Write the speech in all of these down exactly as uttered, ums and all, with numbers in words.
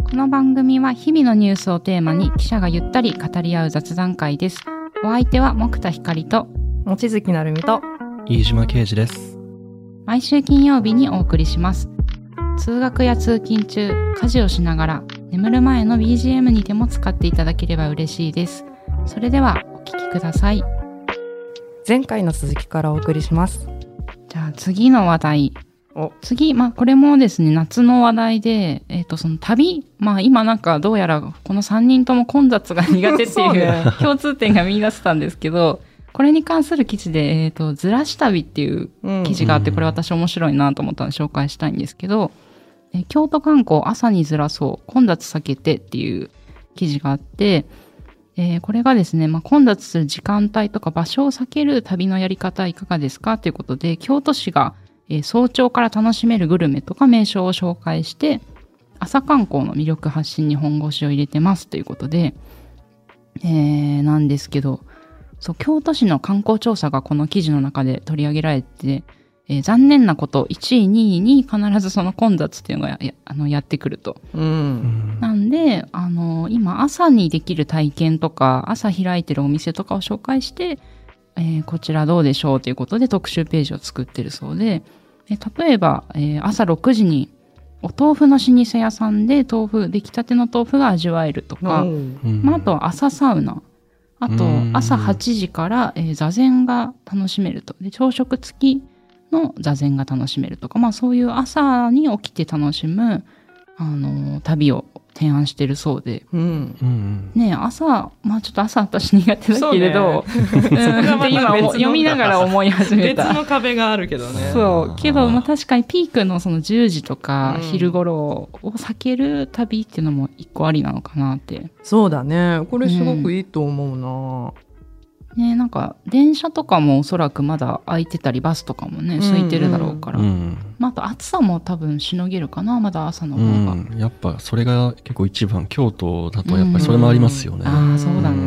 この番組は日々のニュースをテーマに記者がゆったり語り合う雑談会です。お相手は木田光と望月成美と飯島啓二です。 毎週金曜日にお送りします。通学や通勤中、家事をしながら眠る前の ビージーエム にでも使っていただければ嬉しいです。それではお聞きください。 前回の続きからお送りします。 じゃあ次の話題。お次、まあ、これもですね、夏の話題で、えっと、その旅、まあ、今なんかどうやらこのさんにんとも混雑が苦手っていうね、共通点が見出せたんですけど、これに関する記事で、えっと、ずらし旅っていう記事があって、これ私面白いなと思ったので紹介したいんですけど、え京都観光朝にずらそう混雑避けてっていう記事があって、えー、これがですね、まあ、混雑する時間帯とか場所を避ける旅のやり方いかがですかということで、京都市がえー、早朝から楽しめるグルメとか名所を紹介して朝観光の魅力発信に本腰を入れてますということで、えー、なんですけど、そう京都市の観光調査がこの記事の中で取り上げられて、えー、残念なこといちいにいに必ずその混雑っていうのが や, あのやってくると、うん、なんであの今朝にできる体験とか朝開いてるお店とかを紹介して、えー、こちらどうでしょうということで特集ページを作ってるそうで、例えば、えー、朝ろくじにお豆腐の老舗屋さんで豆腐出来たての豆腐が味わえるとか、まあ、あとは朝サウナ、あと朝はちじから、えー、座禅が楽しめると、で朝食付きの座禅が楽しめるとか、まあ、そういう朝に起きて楽しむ、あのー、旅を提案してるそうで、うんうん、ねえ朝、まあちょっと朝私苦手だけれど、そうね、うん、で今読みながら思い始めた。 別の壁があるけどね。 そうけど、まあ、確かにピークのそのじゅうじとか昼頃を避ける旅っていうのも一個ありなのかなって。 そうだね。これすごくいいと思うな。 ね、なんか電車とかもおそらくまだ空いてたりバスとかもね空いてるだろうから、うんうんまあ、あと暑さも多分しのげるかな、まだ朝の方が、うん、 やっぱそれが結構一番、京都だとやっぱりそれもありますよね、 うん、ああそうだね、うん、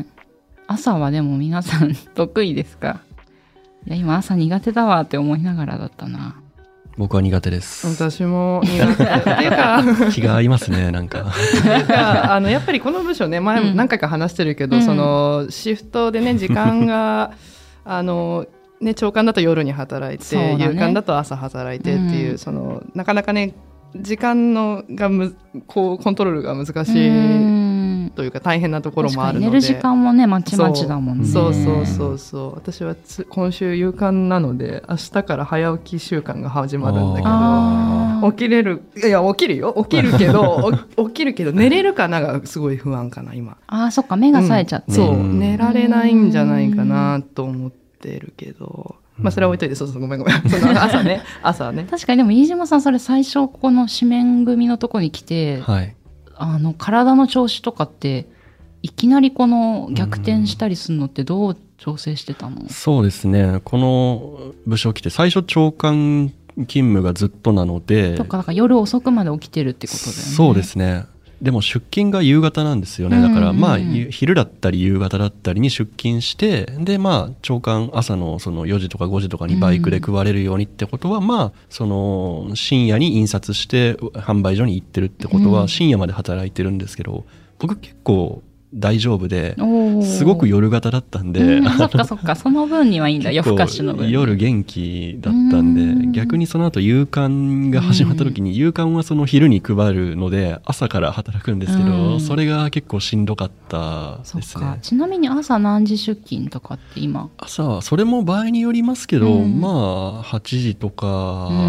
朝はでも皆さん得意ですか？いや今朝苦手だわって思いながらだったな。 僕は苦手です。 私も苦手っていうか気が合いますね、なんかなんかあのやっぱりこの部署ね、前も何回か話してるけど、うん、そのシフトでね時間があのね朝刊だと夜に働いて、ね、夕刊だと朝働いてっていう、うん、そのなかなかね時間のがむこうコントロールが難しいというか大変なところもあるので、 寝る時間もねまちまちだもんね。 そうそうそうそう。私はつ今週夕刊なので明日から早起き習慣が始まるんだけど、起きれるいや起きるよ起きるけど起きるけど寝れるかながすごい不安かな今。 あそっか、目が冴えちゃって、うん、 そう寝られないんじゃないかなと思ってるけど、まあそれは置いといて、そうそうごめんごめんその朝ね朝ね確かに。でも飯島さんそれ最初この紙面組のとこに来て、 はい、 あの体の調子とかっていきなりこの逆転したりするのってどう調整してたの？ そうですね、この部署来て最初朝刊勤務がずっとなので、 とかだから夜遅くまで起きてるってことだよね。 そうですね。でも出勤が夕方なんですよね。だからまあ昼だったり夕方だったりに出勤して、でまあ朝刊朝のそのよじとかごじとかにバイクで配れるようにってことは、まあその深夜に印刷して販売所に行ってるってことは深夜まで働いてるんですけど、僕結構大丈夫ですごく夜型だったんで、 うん、そっかそっかその分にはいいんだ、夜更かしの分。 夜元気だったんで、ん逆にその後夕刊が始まった時に、夕刊はその昼に配るので朝から働くんですけど、それが結構しんどかったですね。 そっか。ちなみに朝何時出勤とかって今？ 朝はそれも場合によりますけど、うん、まあはちじとか、うん、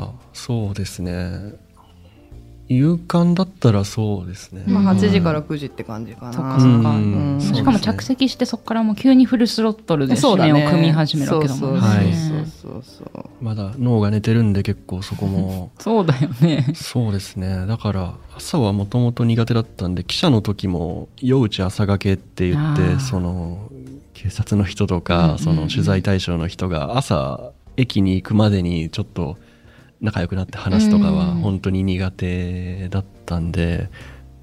そうですね。夕刊だったらそうですね、 まあ、はちじからくじって感じかな。 そっかそっか、うん、しかも着席してそこからもう急にフルスロットルで紙面を組み始めるわけだもんね。 まだ脳が寝てるんで結構そこもそうだよね。 そうですね。だから朝はもともと苦手だったんで、記者の時も夜打ち朝がけって言って、その警察の人とか、うんうんうん、その取材対象の人が朝駅に行くまでにちょっと仲良くなって話すとかは本当に苦手だったんで、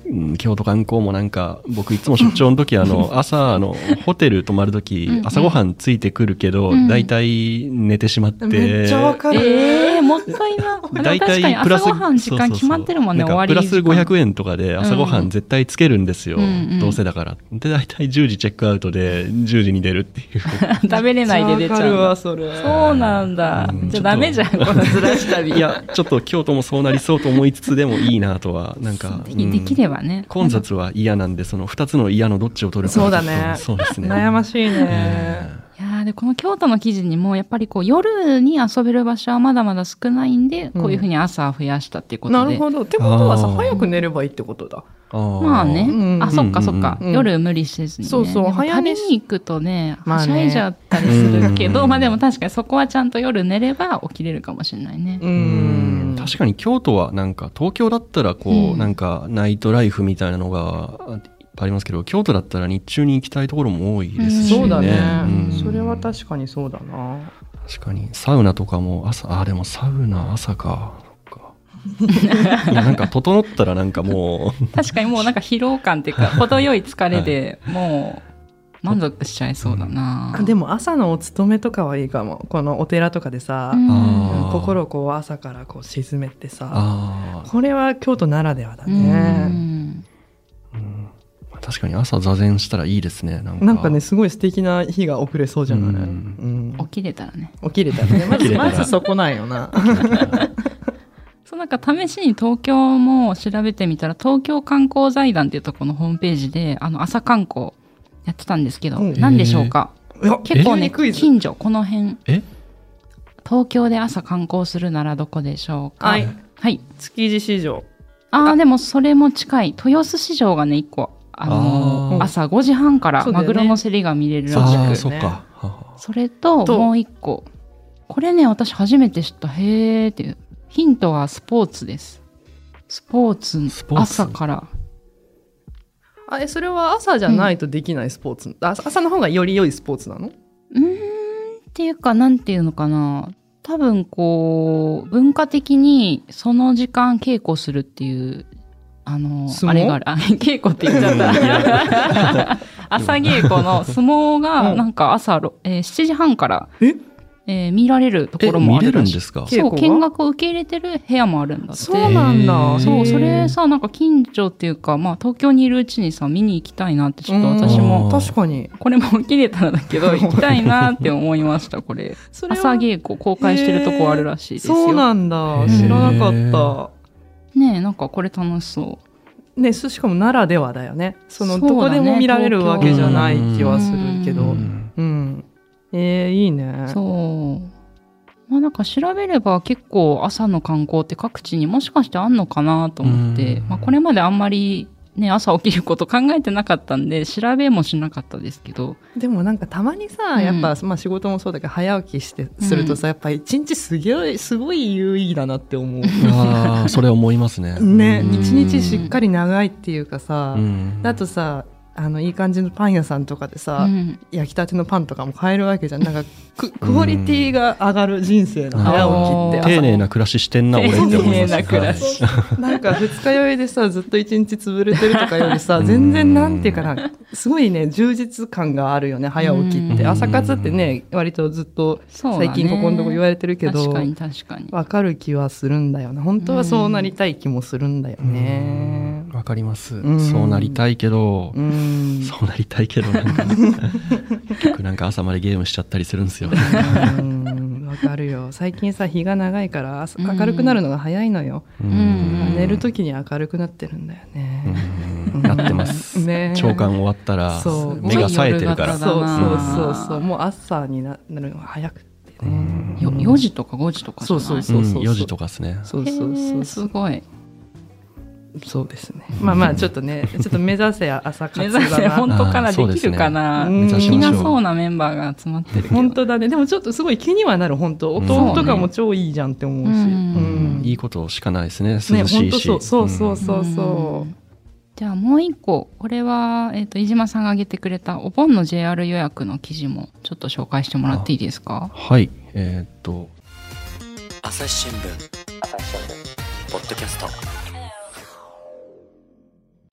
うん京都観光もなんか僕いつも出張の時あの朝あのホテル泊まる時うんうん朝ごはんついてくるけど、 うんだいたい寝てしまってめっちゃわかる。 えー、もったいな。 だいたい確かにプラス朝ごはん時間決まってるもんね、 そうそうそう終わりなんかプラスごひゃくえん。 えんとかで朝ごはん絶対つけるんですよ、 うんうんどうせだからでだいたいじゅうじチェックアウトでじゅうじに出るっていう食べれないで出ちゃわかるわう。 それ。 そうなんだ。 うんじゃあダメじゃん、このずらしたり。 いやちょっと京都もそうなりそうと思いつつでもいいなとはなんか、 できできればね。 混雑は嫌なんでそのふたつの嫌のどっちを取るかそうだねそうですね悩ましいね。 えいやーでこの京都の記事にもやっぱりこう夜に遊べる場所はまだまだ少ないんで、こういうふうに朝増やしたっていうことで。 なるほど。ってことはさあー早く寝ればいいってことだ。 ーあーまあね、 うんあそっかそっか、 うん夜無理せずにね。 そうそうでも早寝し旅に行くとねまあねはしゃいじゃったりするけど、 うんまあでも確かにそこはちゃんと夜寝れば起きれるかもしれないね。 ううんん。 確かに京都はなんか東京だったらこう、 うんなんかナイトライフみたいなのがいっぱいありますけど京都だったら日中に行きたいところも多いですしね、 そうだね、 うんそれは確かにそうだな。 確かにサウナとかも朝あでもサウナ朝かそっかいやなんか整ったらなんかもう確かにもうなんか疲労感っていうか程よい疲れでもう満足しちゃいそうだな。 あでも朝のお勤めとかはいいかも。このお寺とかでさ、 うんあー心をこう朝からこう沈めてさ、 あこれは京都ならではだうね。 んー、うん確かに朝座禅したらいいですねなんかなんかねすごい素敵な日が送れそうじゃない、 うんうん起きれたらね。 起きれたらねまず起きれたらまずそこなんよな。 そうなんか試しに東京も調べてみたら東京観光財団っていうところのホームページであの朝観光やってたんですけど、 うん何でしょうか。 いや結構ね急にクイズ近所この辺え東京で朝観光するならどこでしょうか。 はいはい。 築地市場。 あああでもそれも近い豊洲市場がね一個あのーあー朝ごじはんからそうだよねマグロの競りが見れるらしああく、 そっかははそれとともう一個これね私初めて知った。へーっていうヒントはスポーツです。スポーツスポーツ朝からあえそれは朝じゃないとできないスポーツ、あ朝の方がより良いスポーツなの？ うーんっていうかなんていうのかな、多分こう文化的にその時間稽古するっていうあの相撲あれがあるあ稽古って言っちゃった朝稽古の相撲がなんか朝、えーしちじはんからええー見られるとえころもあ見れるらしい。 るんですかそう稽古が見学を受け入れてる部屋もあるんだって。 そうなんだ。 へーそうそれさなんか近所っていうか、まあ、東京にいるうちにさ見に行きたいなってちょっと私うんも確かにこれも受け入れたらだけど行きたいなって思いましたこれ。 それは朝稽古公開してるとこあるらしいですよ。 そうなんだへー知らなかったねえなんかこれ楽しそう。 ねしかもならではだよね。そのそうだねどこでも見られるわけじゃない気はするけどうんうんえー、いいね。 そうまあなんか調べれば結構朝の観光って各地にもしかしてあんのかなと思って、 うんまあ、これまであんまりね朝起きること考えてなかったんで調べもしなかったですけど。 でもなんかたまにさ、 うんやっぱ、まあ、仕事もそうだけど早起きしてするとさ、やっぱ一日すげえすごい有意義だなって思う。 ああそれ思いますねねうん一日しっかり長いっていうかさ、 うんだとさあのいい感じのパン屋さんとかでさ、 うん焼きたてのパンとかも買えるわけじゃん。なんかククオリティが上がる人生の早起きって丁寧な暮らししてんな俺って思います丁寧な暮らしなんか二日酔いでさずっと一日潰れてるとかよりさ全然なんていうかなすごいね充実感があるよね早起きって。 うん朝活ってね割とずっとそうだね最近ここのとこ言われてるけど、 確かに確かに。 わかる気はするんだよな。本当はそうなりたい気もするんだよね。 わかります、 んそうなりたいけど、 うんそうなりたいけどなんか結局なんか朝までゲームしちゃったりするんですようんわかるよ。最近さ日が長いから朝明るくなるのが早いのよ。 ううん寝る時に明るくなってるんだよね。 うんなってます、 ね朝刊終わったらそう目が冴えてるから夜そう型だなそうそうそうもう朝にななるのが早くってね。 よよじとかごじとかじゃない。 そうそううんよじとかですねそうそうそうへーそうすごい。 そうですね。まあまあちょっとねちょっと目指せ朝活目だな。 指せ本当からできるかな。 あーそうですねできな目指しましょうそうなメンバーが集まってるけど。 本当だね。でもちょっとすごい気にはなる本当。お豆腐とかも超いいじゃんって思うし。 うんうんいいことしかないですね涼しねいし、 本当そうそうそうそうそう。 んじゃあもう一個これは、えー、と飯島さんが挙げてくれたお盆の ジェイアール 予約の記事もちょっと紹介してもらっていいですか。 はいえーっと朝日新聞ポッドキャスト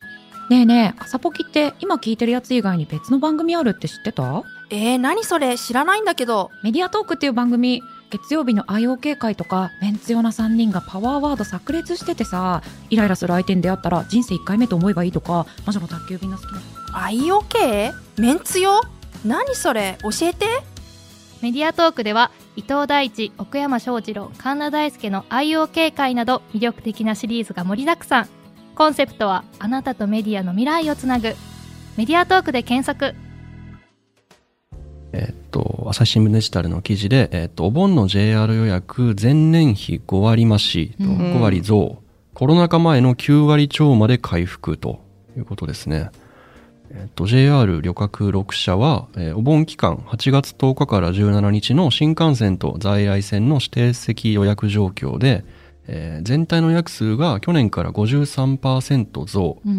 ねえねえ、朝ポキって今聞いてるやつ以外に別の番組あるって知ってた？ えー、何それ知らないんだけど。 メディアトークっていう番組、月曜日の アイオーケー 会とかメンツ用なさんにんがパワーワード炸裂しててさ、イライラする相手に出会ったら人生いっかいめと思えばいいとか、魔女の宅急便の好きなアイオーケー？ メンツ用？何それ教えて。 メディアトークでは伊藤大地、奥山翔二郎、神田大輔の アイオーケー 会など魅力的なシリーズが盛りだくさん。コンセプトはあなたとメディアの未来をつなぐ。メディアトークで検索。 えっと、朝日新聞デジタルの記事で、えっと、お盆の ジェイアール 予約前年比ごわり増しとごわり増、コロナ禍前のきゅうわり超まで回復ということですね。えっと、ジェイアール 旅客ろく社は、えー、お盆期間はちがつとおかからじゅうしちにちの新幹線と在来線の指定席予約状況で、えー、全体の予約数が去年から ごじゅうさんパーセント 増、うん、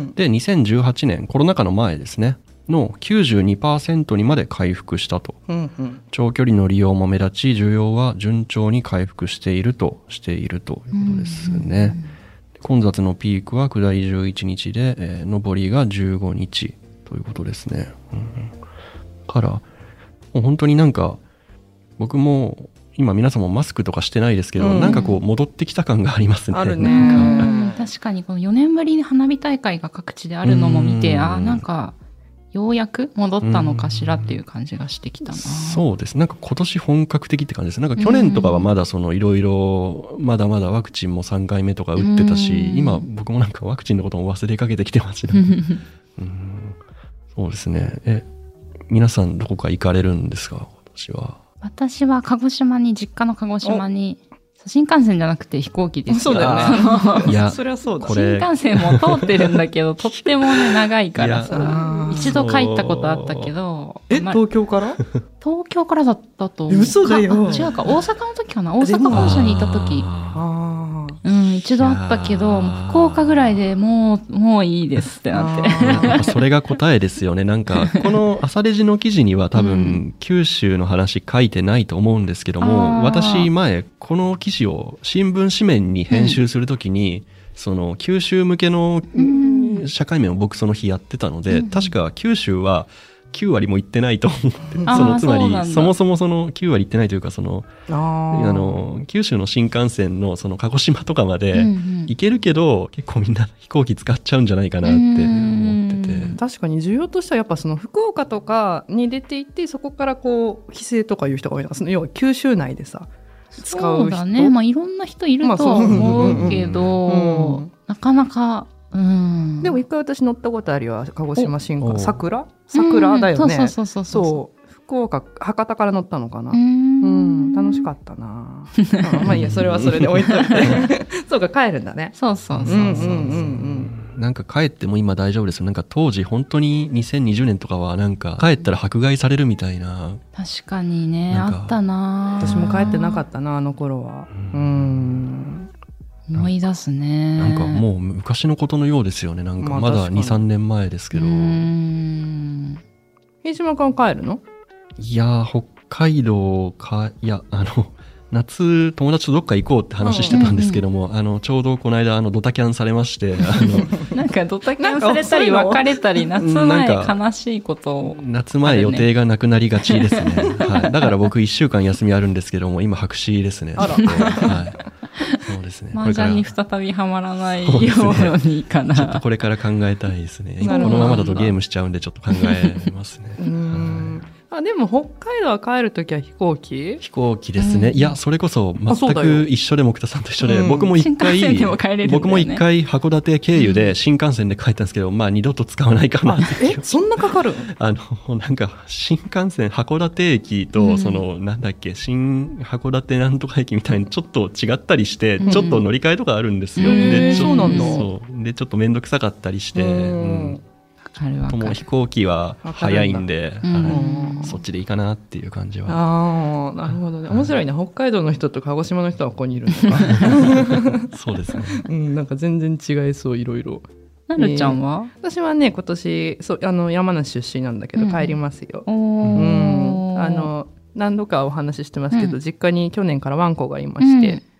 でにせんじゅうはちねんコロナ禍の前ですねの きゅうじゅうにパーセント にまで回復したと、うんうん、長距離の利用も目立ち需要は順調に回復しているとしているということですね、うんうんうん、混雑のピークは下りじゅういちにちで、えー、上りがじゅうごにちということですね、うんうん、からもう本当になんか僕も今皆さんもマスクとかしてないですけど、うん、なんかこう戻ってきた感がありますね。 あるね。 なんか確かにこのよねんぶりに花火大会が各地であるのも見て、あなんかようやく戻ったのかしらっていう感じがしてきたな。 そうです。なんか今年本格的って感じです。なんか去年とかはまだそのいろいろまだまだワクチンもさんかいめとか打ってたし、今僕もなんかワクチンのことも忘れかけてきてますね。うんそうですね。え皆さんどこか行かれるんですか今年は？ 私は鹿児島に実家の鹿児島に新幹線じゃなくて飛行機です。 そうだよね。いやそりゃそうだ。 新幹線も通ってるんだけどとってもね長いからさ一度帰ったことあったけどえ、ま、東京から東京からだったと思う。 嘘だよ。 違うか大阪の時かな。大阪本社にいた時あうん一度あったけど福岡ぐらいでもうもういいですってなってそれが答えですよね。なんかこの朝レジの記事には多分、うん、九州の話書いてないと思うんですけども、私前この記事を新聞紙面に編集するときに、うん、その九州向けの社会面を僕その日やってたので、うん、確か九州はきゅうわりも行ってないと思ってそのつまりそもそもそのきゅうわり行ってないというかそのあの九州の新幹線のその鹿児島とかまで行けるけど、うんうん、結構みんな飛行機使っちゃうんじゃないかなって思ってて、 確かに需要としてはやっぱその福岡とかに出ていってそこからこう帰省とかいう人が多いのが要は九州内でさ使う人そうだね、まあ、いろんな人いると思うけど、まあうん、なかなかうん、 でも一回私乗ったことあるよ鹿児島新幹線桜桜だよね、うん、そうそうそうそうそう福岡博多から乗ったのかな、うん、うん、楽しかったなまあいいやそれはそれで置いといてそうか帰るんだね。 そうそうそうそう、うんうんうんうん、なんか帰っても今大丈夫ですよ。なんか当時本当ににせんにじゅうねんとかはなんか帰ったら迫害されるみたいな。 確かにねあったな。 私も帰ってなかったなあの頃は。うん、うん思い出すね。 なんかもう昔のことのようですよね。なんかまだ に,さん 年前ですけど。うーん飯島君帰るの？ いや北海道かいやあの夏友達とどっか行こうって話してたんですけども、うんうんうん、あのちょうどこの間あのドタキャンされましてあのなんかドタキャンされたり別れたり夏前悲しいことを、 ね、夏前予定がなくなりがちですね、はい、だから僕いっしゅうかん休みあるんですけども今白紙ですね。 あら、 はいそうですね。 麻雀に再びはまらないようにかな、 ね、ちょっとこれから考えたいですね。このままだとゲームしちゃうんでちょっと考えますね。うんあでも北海道は帰るときは飛行機飛行機ですね、うん、いやそれこそ全く一緒で木田さんと一緒で、うん、僕も一回、ね、僕も一回函館経由で新幹線で帰ったんですけど、うん、まあ二度と使わないかなってえそんなかかるあのなんか新幹線函館駅と、うん、そのなんだっけ新函館なんとか駅みたいにちょっと違ったりして、うん、ちょっと乗り換えとかあるんですよ、うん、でちょそうなんだそうでちょっと面倒くさかったりして、うんうんとも飛行機は早いんで、はい、そっちでいいかなっていう感じは。 ああなるほどね。面白いね。北海道の人と鹿児島の人はここにいるのかそうですね、 うん、なんか全然違いそういろいろ。 なるちゃんは、 えー、私はね今年そうあの山梨出身なんだけど、うん、帰りますよ、うん、あの何度かお話ししてますけど、うん、実家に去年からワンコがいまして、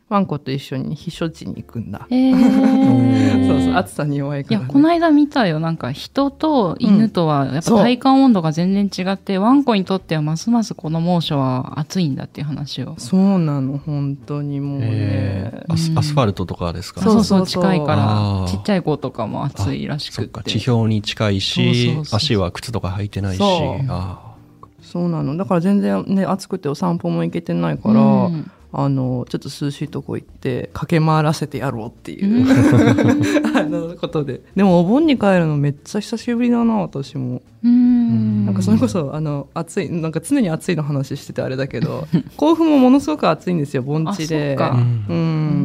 ワンコと一緒に避暑地に行くんだ。 えー、 そうそう、暑さに弱いから、ね、 いやこの間見たよ。なんか人と犬とはやっぱ体感温度が全然違って、うん、ワンコにとってはますますこの猛暑は暑いんだっていう話を。 そうなの、本当にもうね、 えー、アス、アスファルトとかですか。 そうそう近いからちっちゃい子とかも暑いらしくて。 そっか、地表に近いし、そうそうそう、足は靴とか履いてないし。そうあそうなの、だから全然ね暑くてお散歩も行けてないから、うん、あのちょっと涼しいとこ行って駆け回らせてやろうっていう、うん、あのことで。でもお盆に帰るのめっちゃ久しぶりだな私も。うんなんかそれこそあの暑いなんか常に暑いの話しててあれだけど甲府もものすごく暑いんですよ盆地で。う、うん、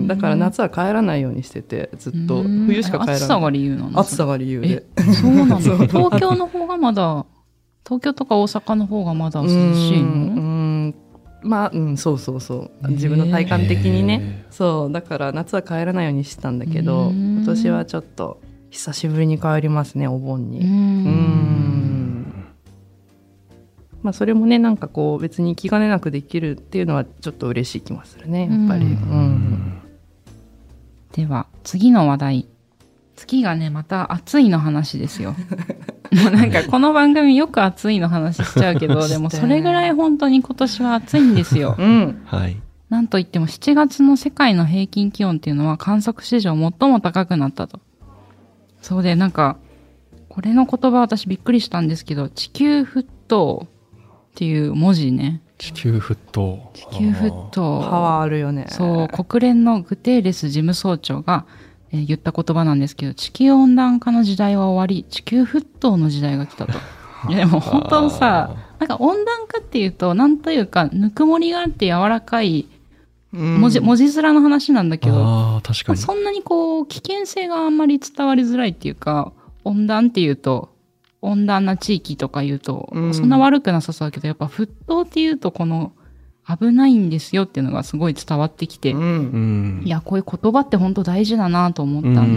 だから夏は帰らないようにしててずっと冬しか帰らない。 暑さが理由なんですか。 暑さが理由で。 そうなんだ東京の方がまだ東京とか大阪の方がまだ涼しいの？うんうんまあ、うん、そうそうそう自分の体感的にね、そうだから夏は帰らないようにしてたんだけど今年はちょっと久しぶりに帰りますねお盆に。うんうんまあそれもねなんかこう別に気兼ねなくできるっていうのはちょっと嬉しい気もするねやっぱり。うんうんでは次の話題。次がねまた暑いの話ですよ。もうなんかこの番組よく暑いの話しちゃうけどでもそれぐらい本当に今年は暑いんですよ。 うんはい、 なんといってもしちがつの世界の平均気温っていうのは観測史上最も高くなったと。そうでなんかこれの言葉私びっくりしたんですけど地球沸騰っていう文字ね。 地球沸騰地球沸騰パワーあるよね。 そう国連のグテーレス事務総長がえー、言った言葉なんですけど地球温暖化の時代は終わり地球沸騰の時代が来たと。いやでも本当さなんか温暖化っていうとなんというかぬくもりがあって柔らかい文字、うん、文字面の話なんだけどあ確かにそんなにこう危険性があんまり伝わりづらいっていうか温暖っていうと温暖な地域とか言うと、うん、そんな悪くなさそうだけどやっぱ沸騰っていうとこの危ないんですよっていうのがすごい伝わってきて、うん、いやこういう言葉って本当大事だなと思ったんだよね。うん、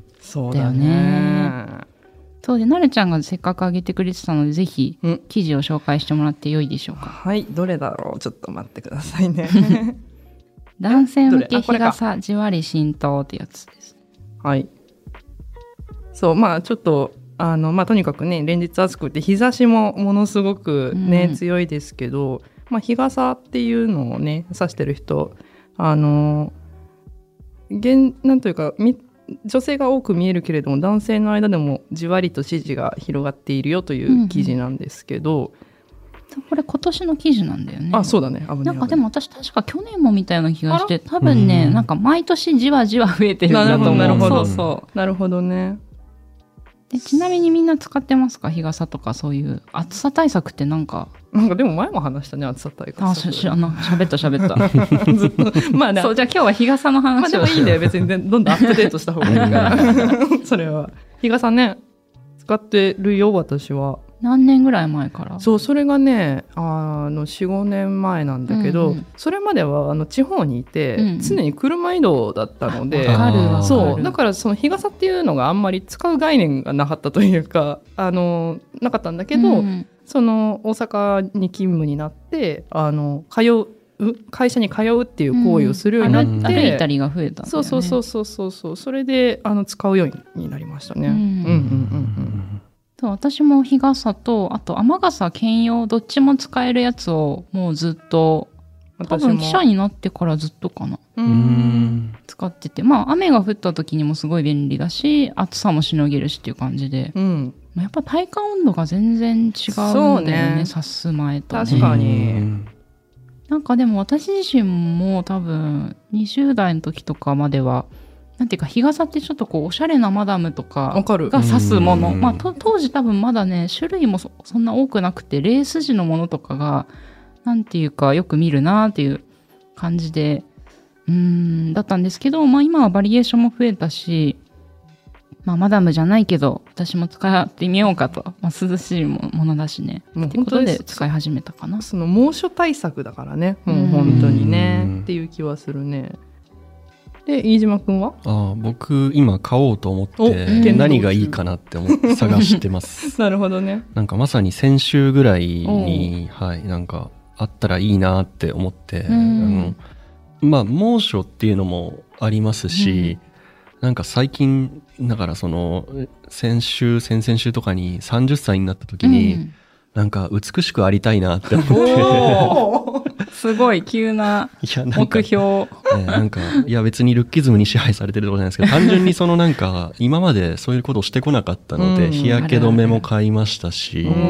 そうだね。 そうでなるちゃんがせっかくあげてくれてたのでぜひ記事を紹介してもらってよいでしょうか。 はいどれだろうちょっと待ってくださいね。 男性向け日傘じわり浸透ってやつです。 はいそうまあちょっとあのまあとにかくね連日暑くて日差しもものすごくね、うん、強いですけどまあ、日傘っていうのをね差してる人あの現なんというか女性が多く見えるけれども男性の間でもじわりと支持が広がっているよという記事なんですけど、 うん、これ今年の記事なんだよね。 あそうだね危ない危ない。 なんかでも私確か去年もみたいな気がして多分ね、うん、なんか毎年じわじわ増えてるんだと思う。 なるほどそうそうなるほどね。 でちなみにみんな使ってますか日傘とかそういう暑さ対策ってなんかなんかでも前も話したね暑さ対策。 あししあの喋った喋ったずっとまあねそうじゃあ今日は日傘の話を、 まあ、でもいいんだよ別にどんどんアップデートした方がいいからそれは日傘ね使ってるよ私は。 何年ぐらい前から？ そうそれがねあの よん,ご 年前なんだけど、うんうん、それまではあの地方にいて、うん、常に車移動だったので、 わかるわかる。 そうだからその日傘っていうのがあんまり使う概念がなかったというかあのなかったんだけど、うん、その大阪に勤務になってあの通う会社に通うっていう行為をするようになって、うん、 歩いたりが増えたんだよね。 そうそうそうそうそうそうそれであの使うようになりましたね。うんうんうんうん私も日傘とあと雨傘兼用どっちも使えるやつをもうずっと多分記者になってからずっとかなうん使っててまあ雨が降った時にもすごい便利だし暑さもしのげるしっていう感じで、うん、やっぱ体感温度が全然違うんだよね差す前とね。 確かになんかでも私自身も多分にじゅう代の時とかまではなんていうか日傘ってちょっとこうおしゃれなマダムとかが差すもの、まあ、と当時多分まだね種類も そ, そんな多くなくてレース地のものとかがなんていうかよく見るなっていう感じでうーんだったんですけど、まあ、今はバリエーションも増えたし、まあ、マダムじゃないけど私も使ってみようかと、まあ、涼しいものだしねもうっていうことで使い始めたかな。 その猛暑対策だからねもう本当にねっていう気はするね。で飯島くんは？ あ僕今買おうと思って何がいいかなって思って探してますなるほどね。 なんかまさに先週ぐらいに、はい、なんかあったらいいなって思って、あのまあ猛暑っていうのもありますし、うん、なんか最近だからその先週先々週とかにさんじゅっさいになった時に、うん、なんか美しくありたいなって思ってすごい急な目標。 ね、なんかいや別にルッキズムに支配されてるとかじゃないですけど、単純にそのなんか今までそういうことをしてこなかったので、うん、日焼け止めも買いましたし、うん、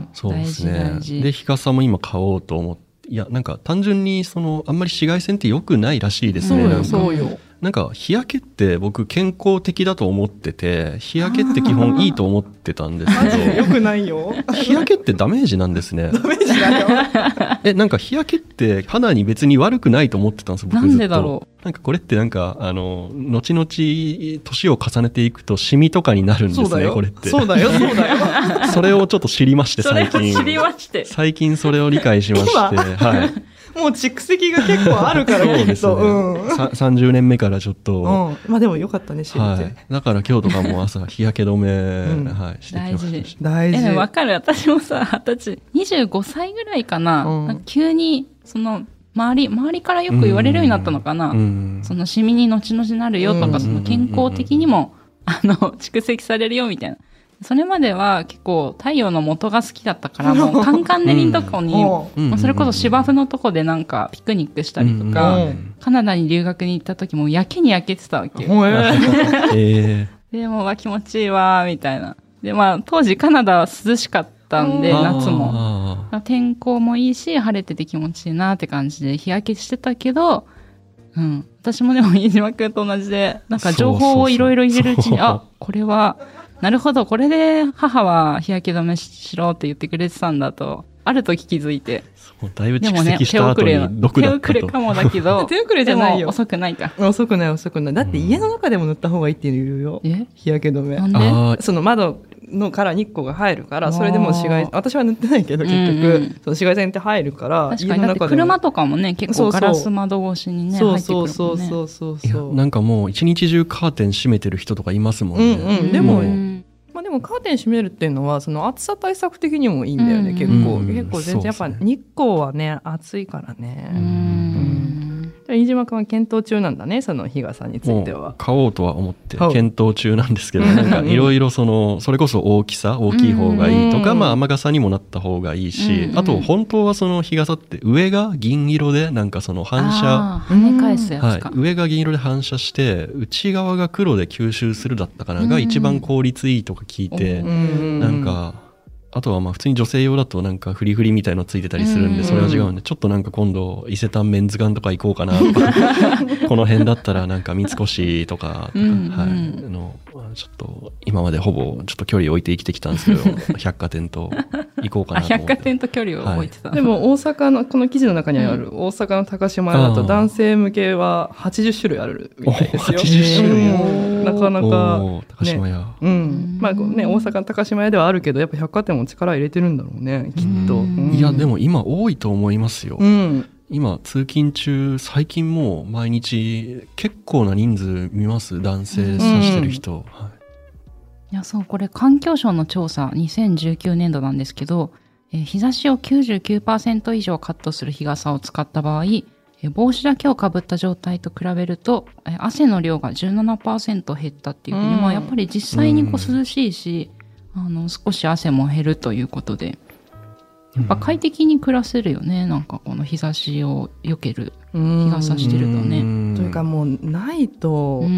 そうですね。で日傘も今買おうと思って、いやなんか単純にそのあんまり紫外線って良くないらしいですね。 そうよそうよ。 なんか日焼けって僕健康的だと思ってて、日焼けって基本いいと思ってたんですけど良くないよ。 日焼けってダメージなんですね。 ダメージだよ。 えなんか日焼けって肌に別に悪くないと思ってたんです僕ずっと。 なんでだろう。 なんかこれってなんかあの後々年を重ねていくとシミとかになるんですね。 そうだよこれってそうだよそうだよ。 それをちょっと知りまして最近。 それを知りまして。 最近それを理解しまして、はい。 もう蓄積が結構あるからそうですね、うん、さんじゅうねんめからちょっと、うん、 まあでもよかったね知れて、はい、 だから今日とかも朝日焼け止め、うんはい、してきました。 大事大事。わかる。私もさはたちにじゅうごさいぐらいかな、うん、なんか急にその周り周りからよく言われるようになったのかな、うん、そのシミに後々なるよとか、うん、その健康的にも、うん、あの蓄積されるよみたいな。それまでは結構太陽の元が好きだったから、もうカンカン照りのとこに、うん、それこそ芝生のとこでなんかピクニックしたりとか、うん、カナダに留学に行った時もやけに焼けてたわけよ。えー、でもわ気持ちいいわみたいな。でまあ当時カナダは涼しかったんで夏も天候もいいし晴れてて気持ちいいなって感じで日焼けしてたけど、うん、私もでも飯島くんと同じでなんか情報をいろいろ入れるうちにあこれはなるほどこれで母は日焼け止めしろって言ってくれてたんだとある時気づいて。 そうだいぶ蓄積した後に毒だったと。 手遅れかもだけど手遅れじゃないよ。 遅くないか。 遅くない遅くない。だって家の中でも塗った方がいいって言うよ。え日焼け止め。 なんで？ その窓のから日光が入るからそれでも紫外私は塗ってないけど結局、うんうん、その紫外線って入るから確かにだって車とかもね結構ガラス窓越しにね入ってくるもんね。 そうそうそうそうそう。 なんかもう一日中カーテン閉めてる人とかいますもんね。 うんうん、でも、うんまあ、でもカーテン閉めるっていうのはその暑さ対策的にもいいんだよね、うん、結構、うん、結構全然やっぱ日光はね暑いからね。うんうん、飯島君は検討中なんだねその日傘については。 買おうとは思って検討中なんですけどなんかいろいろそのそれこそ大きさ大きい方がいいとか、うんまあ、雨傘にもなった方がいいし、うん、あと本当はその日傘って上が銀色でなんかその反射跳ね返すやつか、 はい、上が銀色で反射して内側が黒で吸収するだったかなが一番効率いいとか聞いて、うん、なんかあとはまあ普通に女性用だとなんかフリフリみたいのついてたりするんでそれは違うんでちょっとなんか今度伊勢丹メンズガンとか行こうかなとかこの辺だったらなんか三越とか、うんうんはい、のちょっと今までほぼちょっと距離置いて生きてきたんですけど百貨店と行こうかなと思って百貨店と距離を置いてた、 はい、でも大阪のこの記事の中にある大阪の高島屋だと男性向けははちじゅっしゅるいあるみたいですよ。 はちじゅっしゅるいなかなか、ね、 高島屋、 うんまあね、大阪の高島屋ではあるけどやっぱ百貨店も力入れてるんだろうねきっと、うん、 いやでも今多いと思いますよ、うん、今通勤中最近もう毎日結構な人数見ます男性さしてる人、うんはいいやそうこれ環境省の調査にせんじゅうきゅうねんどなんですけど、えー、日差しを きゅうじゅうきゅうパーセント 以上カットする日傘を使った場合、えー、帽子だけをかぶった状態と比べると、えー、汗の量が じゅうななパーセント 減ったっていうふうに、うんまあ、やっぱり実際にこう涼しいし、うん、あの少し汗も減るということでやっぱ快適に暮らせるよねなんかこの日差しを避ける日傘してるとね。 というかもうないと、うん、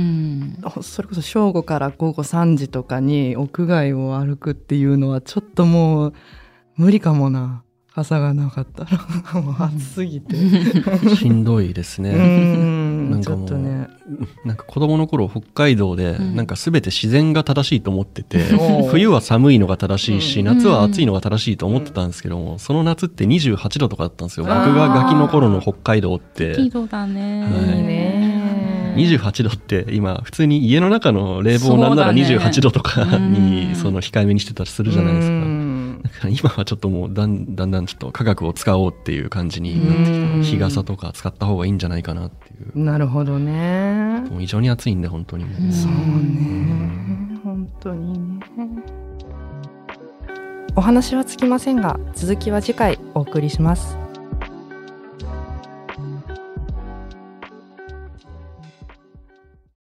それこそ正午から午後さんじとかに屋外を歩くっていうのはちょっともう無理かもな。傘がなかったらもう暑すぎてしんどいですね。うんなんかもうちょっとねなんか子供の頃北海道でなんか全て自然が正しいと思ってて、うん、冬は寒いのが正しいし、うん、夏は暑いのが正しいと思ってたんですけども、うん、その夏ってにじゅうはちどとかだったんですよ。僕がガキの頃の北海道って適度だね、はいねにじゅうはちどって今普通に家の中の冷房なんならにじゅうはちどとかにその控えめにしてたりするじゃないですか。だから今はちょっともうだんだんだんちょっと科学を使おうっていう感じになってきて日傘とか使った方がいいんじゃないかなっていう。 なるほどね。 もう異常に暑いんで本当にもう。 そうね本当にね。お話はつきませんが続きは次回お送りします。